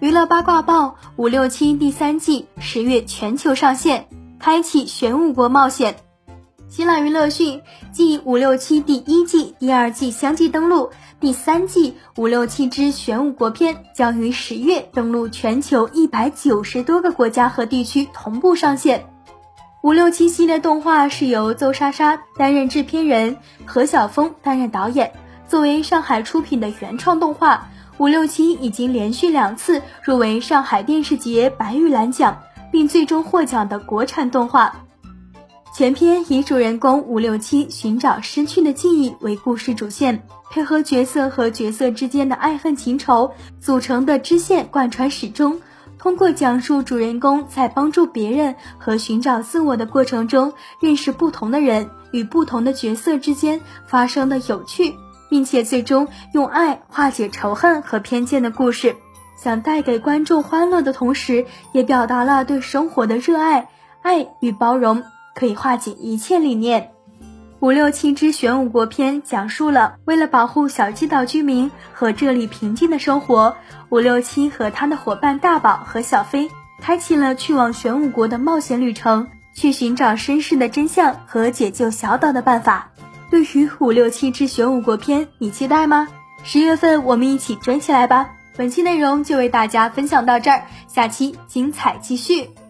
娱乐八卦报567第3季10月全球上线，开启玄武国冒险。新浪娱乐讯，继567第1季、第2季相继登陆，第3季567之玄武国篇将于10月登陆全球190多个国家和地区同步上线。567系列动画是由邹莎莎担任制片人，何晓峰担任导演。作为上海出品的原创动画，567已经连续2次入围上海电视节白玉兰奖，并最终获奖的国产动画。全片以主人公567寻找失去的记忆为故事主线，配合角色和角色之间的爱恨情仇组成的支线贯穿始终，通过讲述主人公在帮助别人和寻找自我的过程中，认识不同的人与不同的角色之间发生的有趣，并且最终用爱化解仇恨和偏见的故事。想带给观众欢乐的同时，也表达了对生活的热爱，爱与包容可以化解一切理念。567之玄武国篇讲述了为了保护小鸡岛居民和这里平静的生活，567和他的伙伴大宝和小飞开启了去往玄武国的冒险旅程，去寻找身世的真相和解救小岛的办法。对于567之玄武国篇，你期待吗？10月份我们一起追起来吧。本期内容就为大家分享到这儿，下期精彩继续。